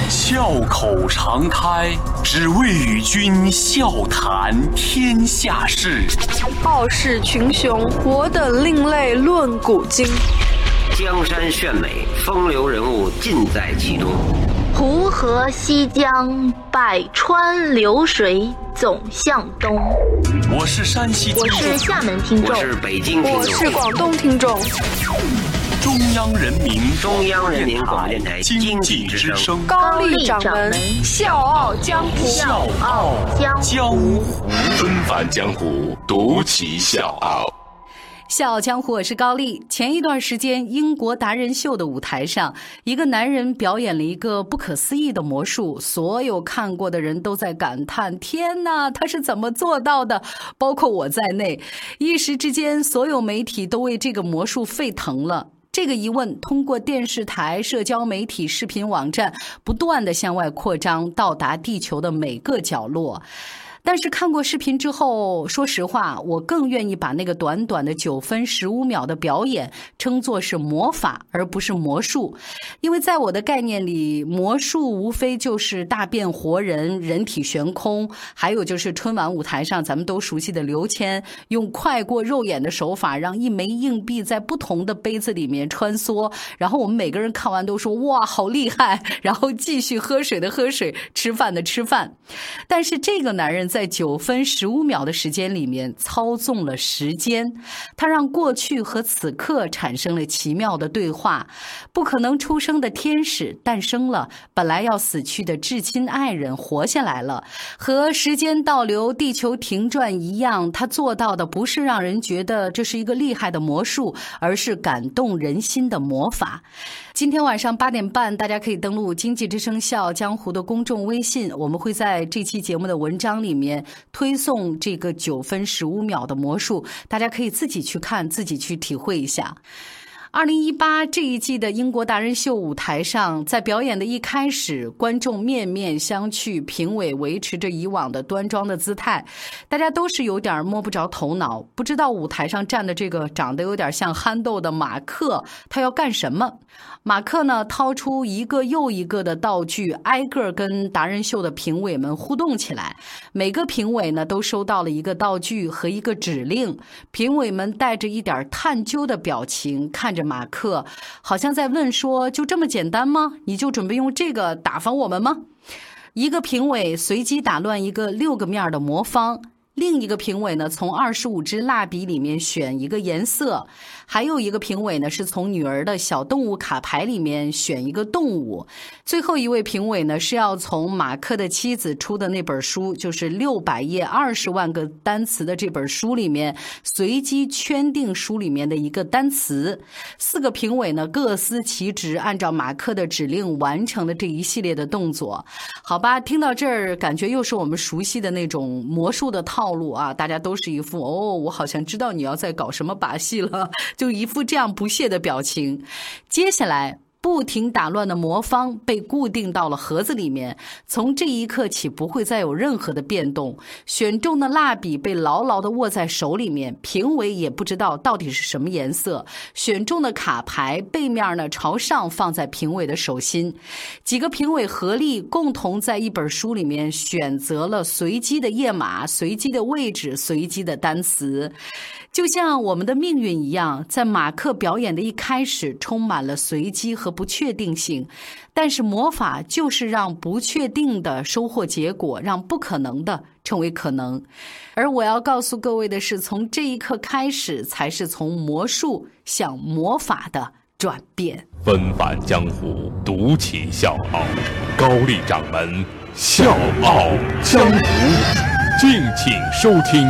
笑口常开，只为与君笑谈天下事。 傲视群雄，我等另类论古今。 江山炫美，风流人物尽在其中。 湖河西江，百川流水总向东。 我是山西听众， 我是厦门听众， 我是北京听众， 我是广东听众。 中央人民广播电台经济之声， 高丽掌门笑傲江湖， 笑傲江湖， 纷繁江湖，独骑笑傲。 笑傲江湖，我是高丽。前一段时间，英国达人秀的舞台上，一个男人表演了一个不可思议的魔术，所有看过的人都在感叹：天哪，他是怎么做到的？包括我在内，一时之间，所有媒体都为这个魔术沸腾了。这个疑问通过电视台、社交媒体、视频网站不断地向外扩张，到达地球的每个角落。但是看过视频之后，说实话，我更愿意把那个短短的9分15秒的表演称作是魔法，而不是魔术。因为在我的概念里，魔术无非就是大变活人、人体悬空，还有就是春晚舞台上咱们都熟悉的刘谦，用快过肉眼的手法让一枚硬币在不同的杯子里面穿梭，然后我们每个人看完都说哇好厉害，然后继续喝水的喝水，吃饭的吃饭。但是这个男人在9分15秒的时间里面操纵了时间，他让过去和此刻产生了奇妙的对话。不可能出生的天使诞生了，本来要死去的至亲爱人活下来了。和时间倒流、地球停转一样，他做到的不是让人觉得这是一个厉害的魔术，而是感动人心的魔法。今天晚上8点半，大家可以登录经济之声笑傲江湖的公众微信，我们会在这期节目的文章里面推送这个9分15秒的魔术，大家可以自己去看，自己去体会一下。2018这一季的英国达人秀舞台上，在表演的一开始，观众面面相觑，评委维持着以往的端庄的姿态，大家都是有点摸不着头脑，不知道舞台上站的这个长得有点像憨豆的马克他要干什么。马克呢，掏出一个又一个的道具，挨个跟达人秀的评委们互动起来。每个评委呢都收到了一个道具和一个指令，评委们带着一点探究的表情看着马克，好像在问说，就这么简单吗？你就准备用这个打发我们吗？一个评委随机打乱一个6个面的魔方，另一个评委呢，从25支蜡笔里面选一个颜色，还有一个评委呢，是从女儿的小动物卡牌里面选一个动物，最后一位评委呢，是要从马克的妻子出的那本书，就是600页20万个单词的这本书里面，随机圈定书里面的一个单词。4个评委呢，各司其职，按照马克的指令完成了这一系列的动作。好吧，听到这儿，感觉又是我们熟悉的那种魔术的套路啊，大家都是一副我好像知道你要在搞什么把戏了，就一副这样不屑的表情。接下来不停打乱的魔方被固定到了盒子里面，从这一刻起不会再有任何的变动。选中的蜡笔被牢牢地握在手里面，评委也不知道到底是什么颜色。选中的卡牌背面呢朝上放在评委的手心，几个评委合力共同在一本书里面选择了随机的页码、随机的位置、随机的单词。就像我们的命运一样，在马克表演的一开始充满了随机和不确定性，但是魔法就是让不确定的收获结果，让不可能的成为可能。而我要告诉各位的是，从这一刻开始，才是从魔术向魔法的转变。 纷繁江湖，独骑笑傲，高丽掌门笑傲江湖，敬请收听。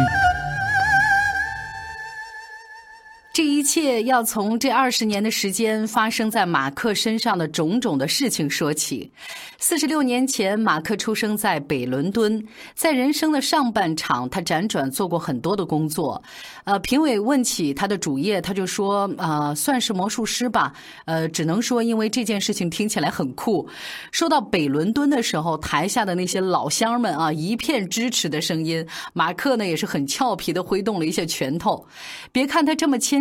这一切要从这20年的时间发生在马克身上的种种的事情说起。46年前，马克出生在北伦敦，在人生的上半场，他辗转做过很多的工作。评委问起他的主业，他就说，算是魔术师吧。只能说因为这件事情听起来很酷。说到北伦敦的时候，台下的那些老乡们啊，一片支持的声音。马克呢，也是很俏皮的挥动了一下拳头。别看他这么谦虚，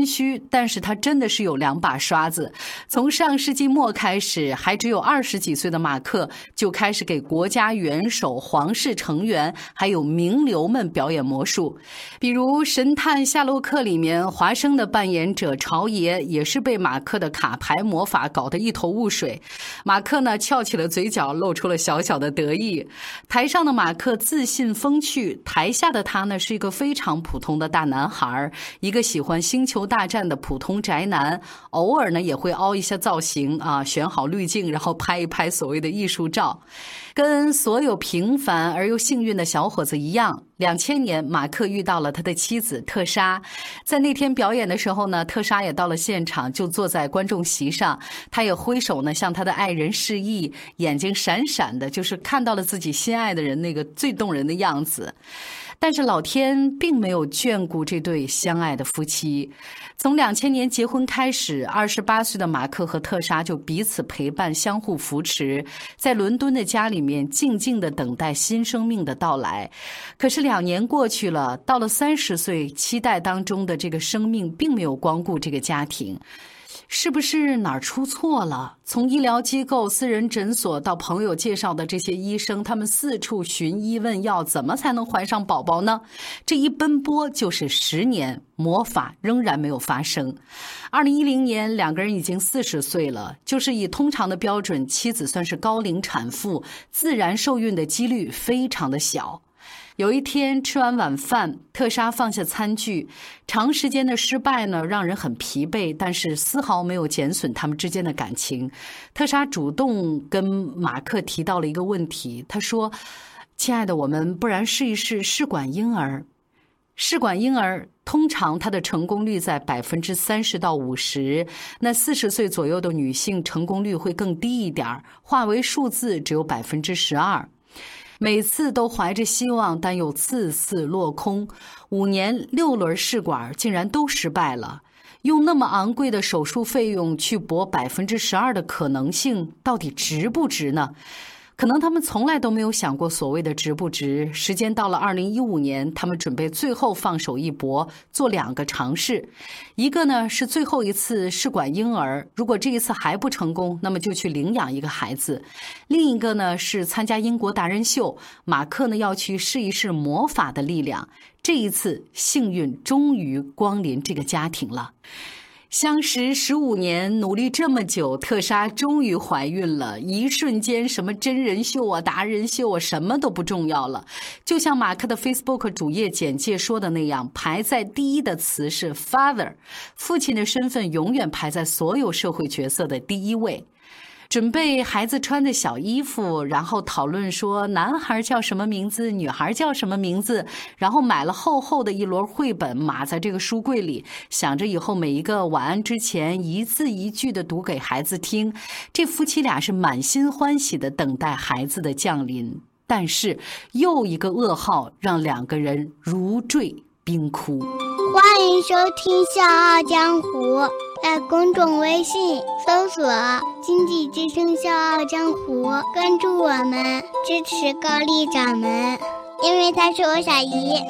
但是他真的是有2把刷子。从上世纪末开始，还只有20几岁的马克就开始给国家元首、皇室成员还有名流们表演魔术。比如《神探夏洛克》里面华生的扮演者朝爷也是被马克的卡牌魔法搞得一头雾水。马克呢翘起了嘴角，露出了小小的得意。台上的马克自信风趣，台下的他呢是一个非常普通的大男孩，一个喜欢星球大战的普通宅男，偶尔呢也会凹一下造型啊，选好滤镜，然后拍一拍所谓的艺术照。跟所有平凡而又幸运的小伙子一样，2000年马克遇到了他的妻子特莎。在那天表演的时候呢，特莎也到了现场，就坐在观众席上，他也挥手呢向他的爱人示意，眼睛闪闪的，就是看到了自己心爱的人那个最动人的样子。但是老天并没有眷顾这对相爱的夫妻。从2000年结婚开始，28岁的马克和特莎就彼此陪伴，相互扶持，在伦敦的家里面静静地等待新生命的到来。可是2年过去了，到了30岁，期待当中的这个生命并没有光顾这个家庭。是不是哪儿出错了？从医疗机构、私人诊所到朋友介绍的这些医生，他们四处寻医问药，怎么才能怀上宝宝呢？这一奔波就是10年，魔法仍然没有发生。2010年，2个人已经40岁了，就是以通常的标准，妻子算是高龄产妇，自然受孕的几率非常的小。有一天吃完晚饭，特莎放下餐具，长时间的失败呢让人很疲惫，但是丝毫没有减损他们之间的感情。特莎主动跟马克提到了一个问题，她说：亲爱的，我们不然试一试试管婴儿。试管婴儿通常它的成功率在30%到50%，那40岁左右的女性成功率会更低一点，化为数字只有12%。每次都怀着希望，但又次次落空。5年6轮试管竟然都失败了。用那么昂贵的手术费用去搏12%的可能性，到底值不值呢？可能他们从来都没有想过所谓的值不值。时间到了2015年，他们准备最后放手一搏，做2个尝试。一个呢是最后一次试管婴儿，如果这一次还不成功，那么就去领养一个孩子。另一个呢是参加英国达人秀，马克呢要去试一试魔法的力量。这一次幸运终于光临这个家庭了。相识15年，努力这么久，特莎终于怀孕了。一瞬间，什么真人秀啊、达人秀啊，什么都不重要了。就像马克的 Facebook 主页简介说的那样，排在第一的词是 father， 父亲的身份永远排在所有社会角色的第1位。准备孩子穿的小衣服，然后讨论说男孩叫什么名字，女孩叫什么名字，然后买了厚厚的一摞绘本码在这个书柜里，想着以后每一个晚安之前一字一句的读给孩子听。这夫妻俩是满心欢喜的等待孩子的降临，但是又一个噩耗让2个人如坠冰窟。 欢迎收听《笑傲江湖》，在公众微信搜索“经济之声笑傲江湖”，关注我们，支持高丽掌门，因为他是我小姨。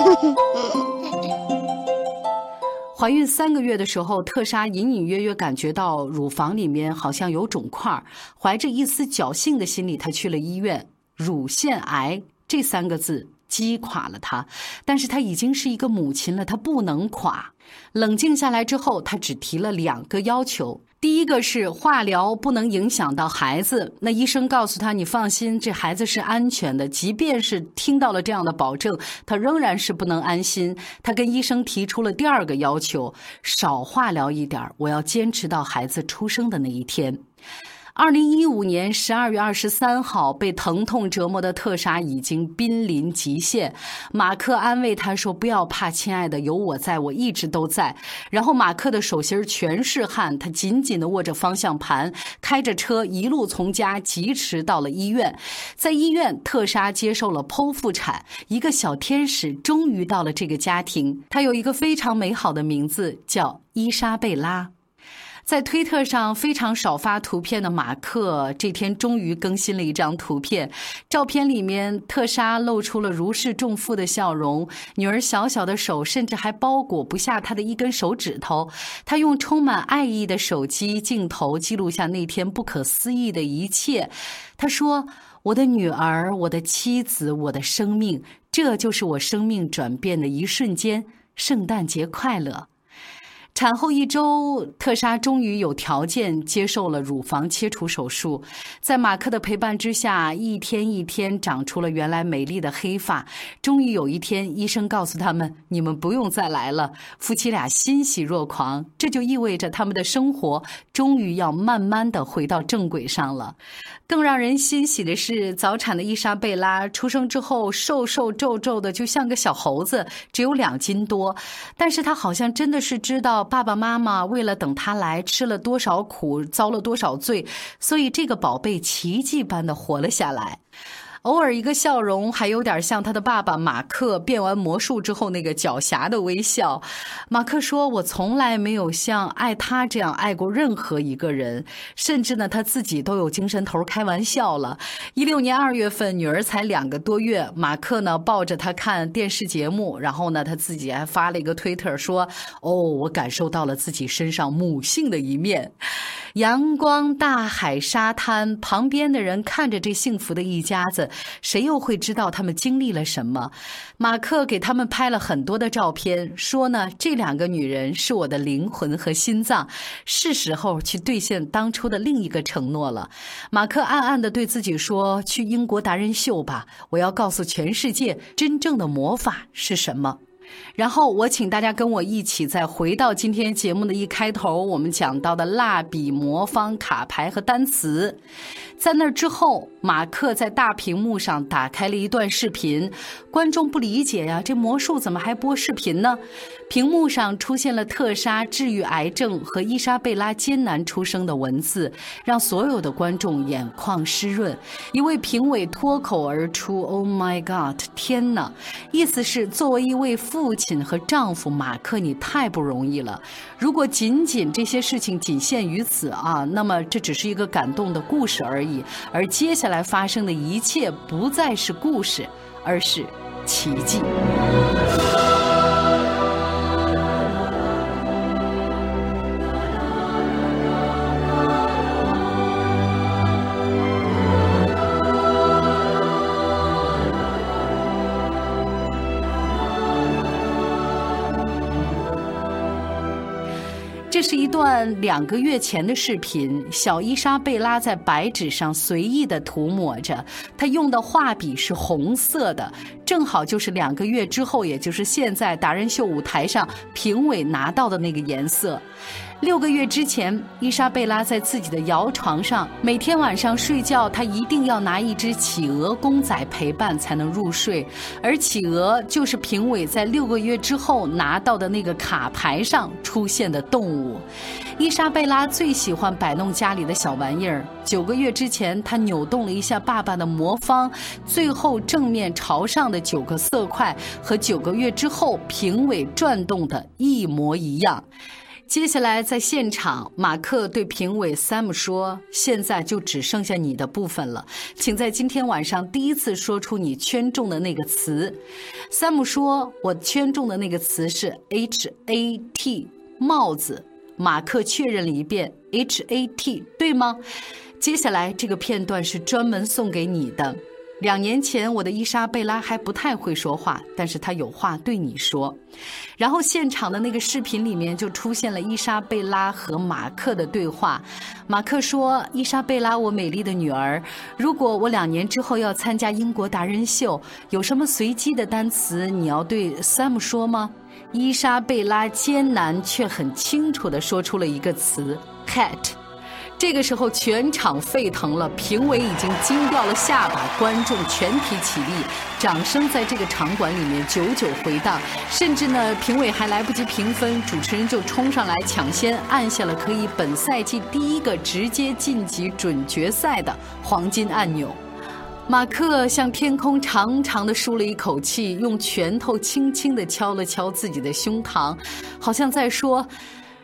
怀孕3个月的时候，特莎隐隐约约感觉到乳房里面好像有肿块，怀着一丝侥幸的心理，她去了医院。乳腺癌这3个字击垮了她，但是她已经是一个母亲了，她不能垮。冷静下来之后，她只提了2个要求。第一个是化疗不能影响到孩子，那医生告诉她，你放心，这孩子是安全的。即便是听到了这样的保证，她仍然是不能安心。她跟医生提出了第2个要求，少化疗一点，我要坚持到孩子出生的那一天。2015年12月23号，被疼痛折磨的特莎已经濒临极限。马克安慰她说：“不要怕，亲爱的，有我在，我一直都在。”然后马克的手心全是汗，他紧紧地握着方向盘，开着车一路从家疾驰到了医院。在医院，特莎接受了剖腹产，一个小天使终于到了这个家庭。她有一个非常美好的名字，叫伊莎贝拉。 在推特上非常少发图片的马克，这天终于更新了一张图片。照片里面，特莎露出了如释重负的笑容，女儿小小的手甚至还包裹不下她的一根手指头。她用充满爱意的手机镜头记录下那天不可思议的一切。她说：“我的女儿，我的妻子，我的生命，这就是我生命转变的一瞬间。圣诞节快乐。”产后1周，特莎终于有条件接受了乳房切除手术。在马克的陪伴之下，一天一天长出了原来美丽的黑发。终于有一天，医生告诉他们：“你们不用再来了。”夫妻俩欣喜若狂，这就意味着他们的生活终于要慢慢的回到正轨上了。更让人欣喜的是，早产的伊莎贝拉出生之后瘦瘦皱皱的，就像个小猴子，只有2斤多。但是她好像真的是知道爸爸妈妈为了等他来吃了多少苦，遭了多少罪，所以这个宝贝奇迹般的活了下来。偶尔一个笑容，还有点像他的爸爸马克变完魔术之后那个狡黠的微笑。马克说：“我从来没有像爱他这样爱过任何一个人，甚至呢他自己都有精神头开玩笑了。”16年2月份，女儿才2个多月，马克呢抱着她看电视节目，然后呢他自己还发了一个推特说：“哦，我感受到了自己身上母性的一面。”阳光、大海、沙滩，旁边的人看着这幸福的一家子，谁又会知道他们经历了什么？马克给他们拍了很多的照片，说呢，这2个女人是我的灵魂和心脏，是时候去兑现当初的另一个承诺了。马克暗暗地对自己说：“去英国达人秀吧，我要告诉全世界真正的魔法是什么。”然后我请大家跟我一起再回到今天节目的一开头我们讲到的蜡笔、魔方、卡牌和单词。在那之后，马克在大屏幕上打开了一段视频，观众不理解呀，这魔术怎么还播视频呢？屏幕上出现了特莎治愈癌症和伊莎贝拉艰难出生的文字，让所有的观众眼眶湿润。一位评委脱口而出 ：“Oh my God， 天哪！”意思是作为一位父亲和丈夫，马克你太不容易了。如果仅仅这些事情仅限于此啊，那么这只是一个感动的故事而已。而接下来发生的一切不再是故事，而是奇迹。这是一段2个月前的视频，小伊莎贝拉在白纸上随意地涂抹着，她用的画笔是红色的，正好就是2个月之后，也就是现在达人秀舞台上评委拿到的那个颜色。6个月之前，伊莎贝拉在自己的摇床上，每天晚上睡觉，她一定要拿一只企鹅公仔陪伴才能入睡，而企鹅就是评委在6个月之后拿到的那个卡牌上出现的动物。伊莎贝拉最喜欢摆弄家里的小玩意儿，9个月之前，她扭动了一下爸爸的魔方，最后正面朝上的9个色块和9个月之后评委转动的一模一样。接下来在现场，马克对评委 Sam 说：“现在就只剩下你的部分了，请在今天晚上第一次说出你圈中的那个词。” Sam 说：“我圈中的那个词是 HAT 帽子。”马克确认了一遍 HAT 对吗？接下来这个片段是专门送给你的。2年前，我的伊莎贝拉还不太会说话，但是她有话对你说。然后现场的那个视频里面就出现了伊莎贝拉和马克的对话。马克说：“伊莎贝拉，我美丽的女儿，如果我2年之后要参加英国达人秀，有什么随机的单词你要对 Sam 说吗？”伊莎贝拉艰难却很清楚地说出了一个词 ：cat。这个时候全场沸腾了，评委已经惊掉了下巴，观众全体起立，掌声在这个场馆里面久久回荡。甚至呢，评委还来不及评分，主持人就冲上来抢先按下了可以本赛季第一个直接晋级准决赛的黄金按钮。马克向天空长长的舒了一口气，用拳头轻轻地敲了敲自己的胸膛，好像在说：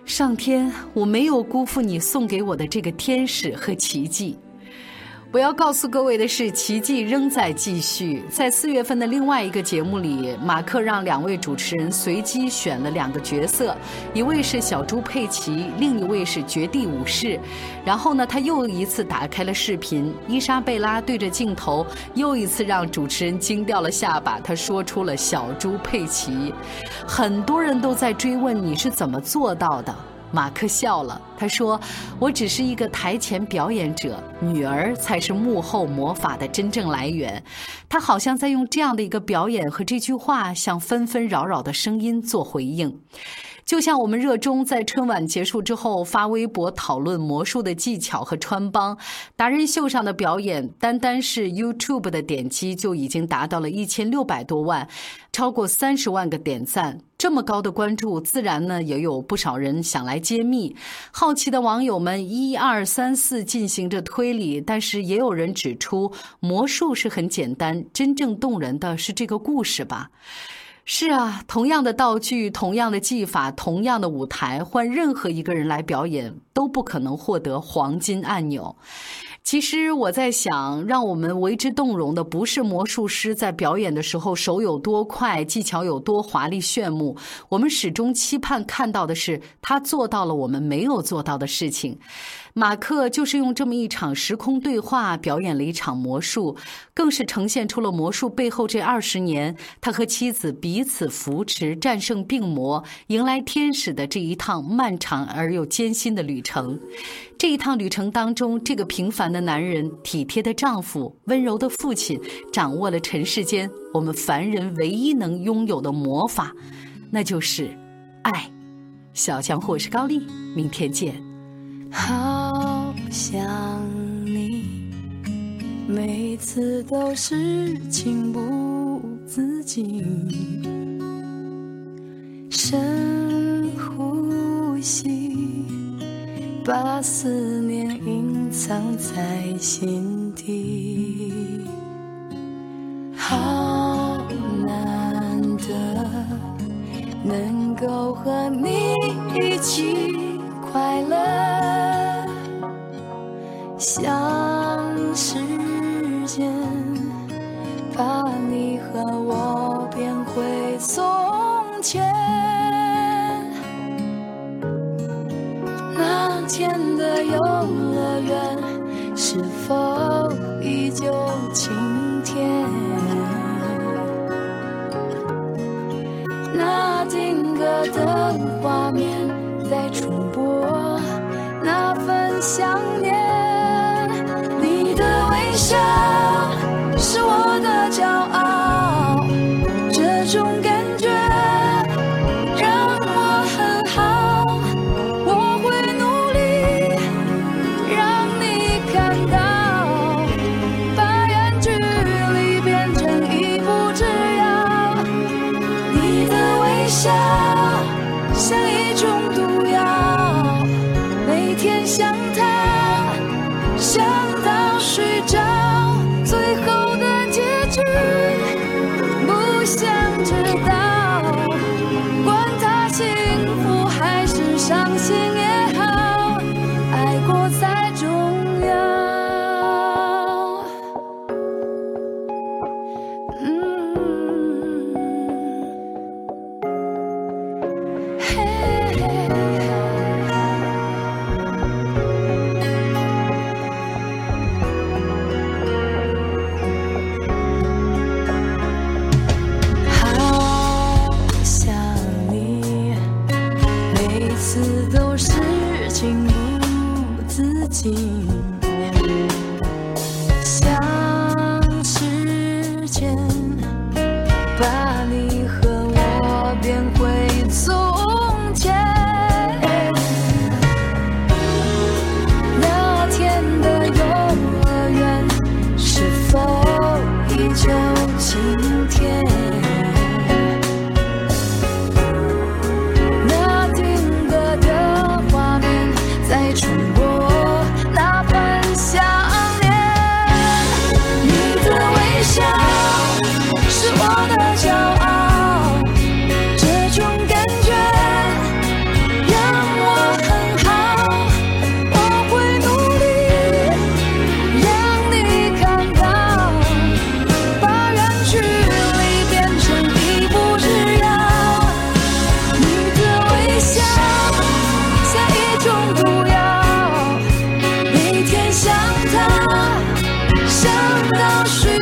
上天，我没有辜负你送给我的这个天使和奇迹。我要告诉各位的是，奇迹仍在继续。在4月份的另外一个节目里，马克让2位主持人随机选了2个角色，一位是小猪佩奇，另一位是绝地武士。然后呢，他又一次打开了视频，伊莎贝拉对着镜头又一次让主持人惊掉了下巴，他说出了小猪佩奇。很多人都在追问你是怎么做到的。马克笑了，他说：“我只是一个台前表演者，女儿才是幕后魔法的真正来源。”他好像在用这样的一个表演和这句话向纷纷扰扰的声音做回应。就像我们热衷在春晚结束之后发微博讨论魔术的技巧和穿帮，达人秀上的表演，单单是 YouTube 的点击就已经达到了1600多万，超过30万个点赞。这么高的关注，自然呢也有不少人想来揭秘。好奇的网友们1、2、3、4进行着推理，但是也有人指出，魔术是很简单，真正动人的是这个故事吧。是啊，同样的道具，同样的技法，同样的舞台，换任何一个人来表演，都不可能获得黄金按钮。其实我在想，让我们为之动容的不是魔术师在表演的时候手有多快，技巧有多华丽炫目，我们始终期盼看到的是他做到了我们没有做到的事情。马克就是用这么一场时空对话表演了一场魔术，更是呈现出了魔术背后这20年他和妻子彼此扶持，战胜病魔，迎来天使的这一趟漫长而又艰辛的旅程。这一趟旅程当中，这个平凡的男人，体贴的丈夫，温柔的父亲，掌握了尘世间我们凡人唯一能拥有的魔法，那就是爱。小江或是高丽，明天见。 好想你，每次都是情不自禁，深呼吸，把思念隐藏在心底。好难得能够和你一起快乐，像时间把你和我变回从前。那天的游乐园是否依旧晴天？那定格的画面在重播那份想念，你的微笑是我的骄傲，这种感觉让我很好，我会努力让你看到，把远距离变成一步之遥，你的微笑像一种毒药，每天想他，想到睡着，最后的结局不想知道，管他幸福还是伤心也好，爱过才重要。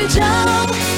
的掌。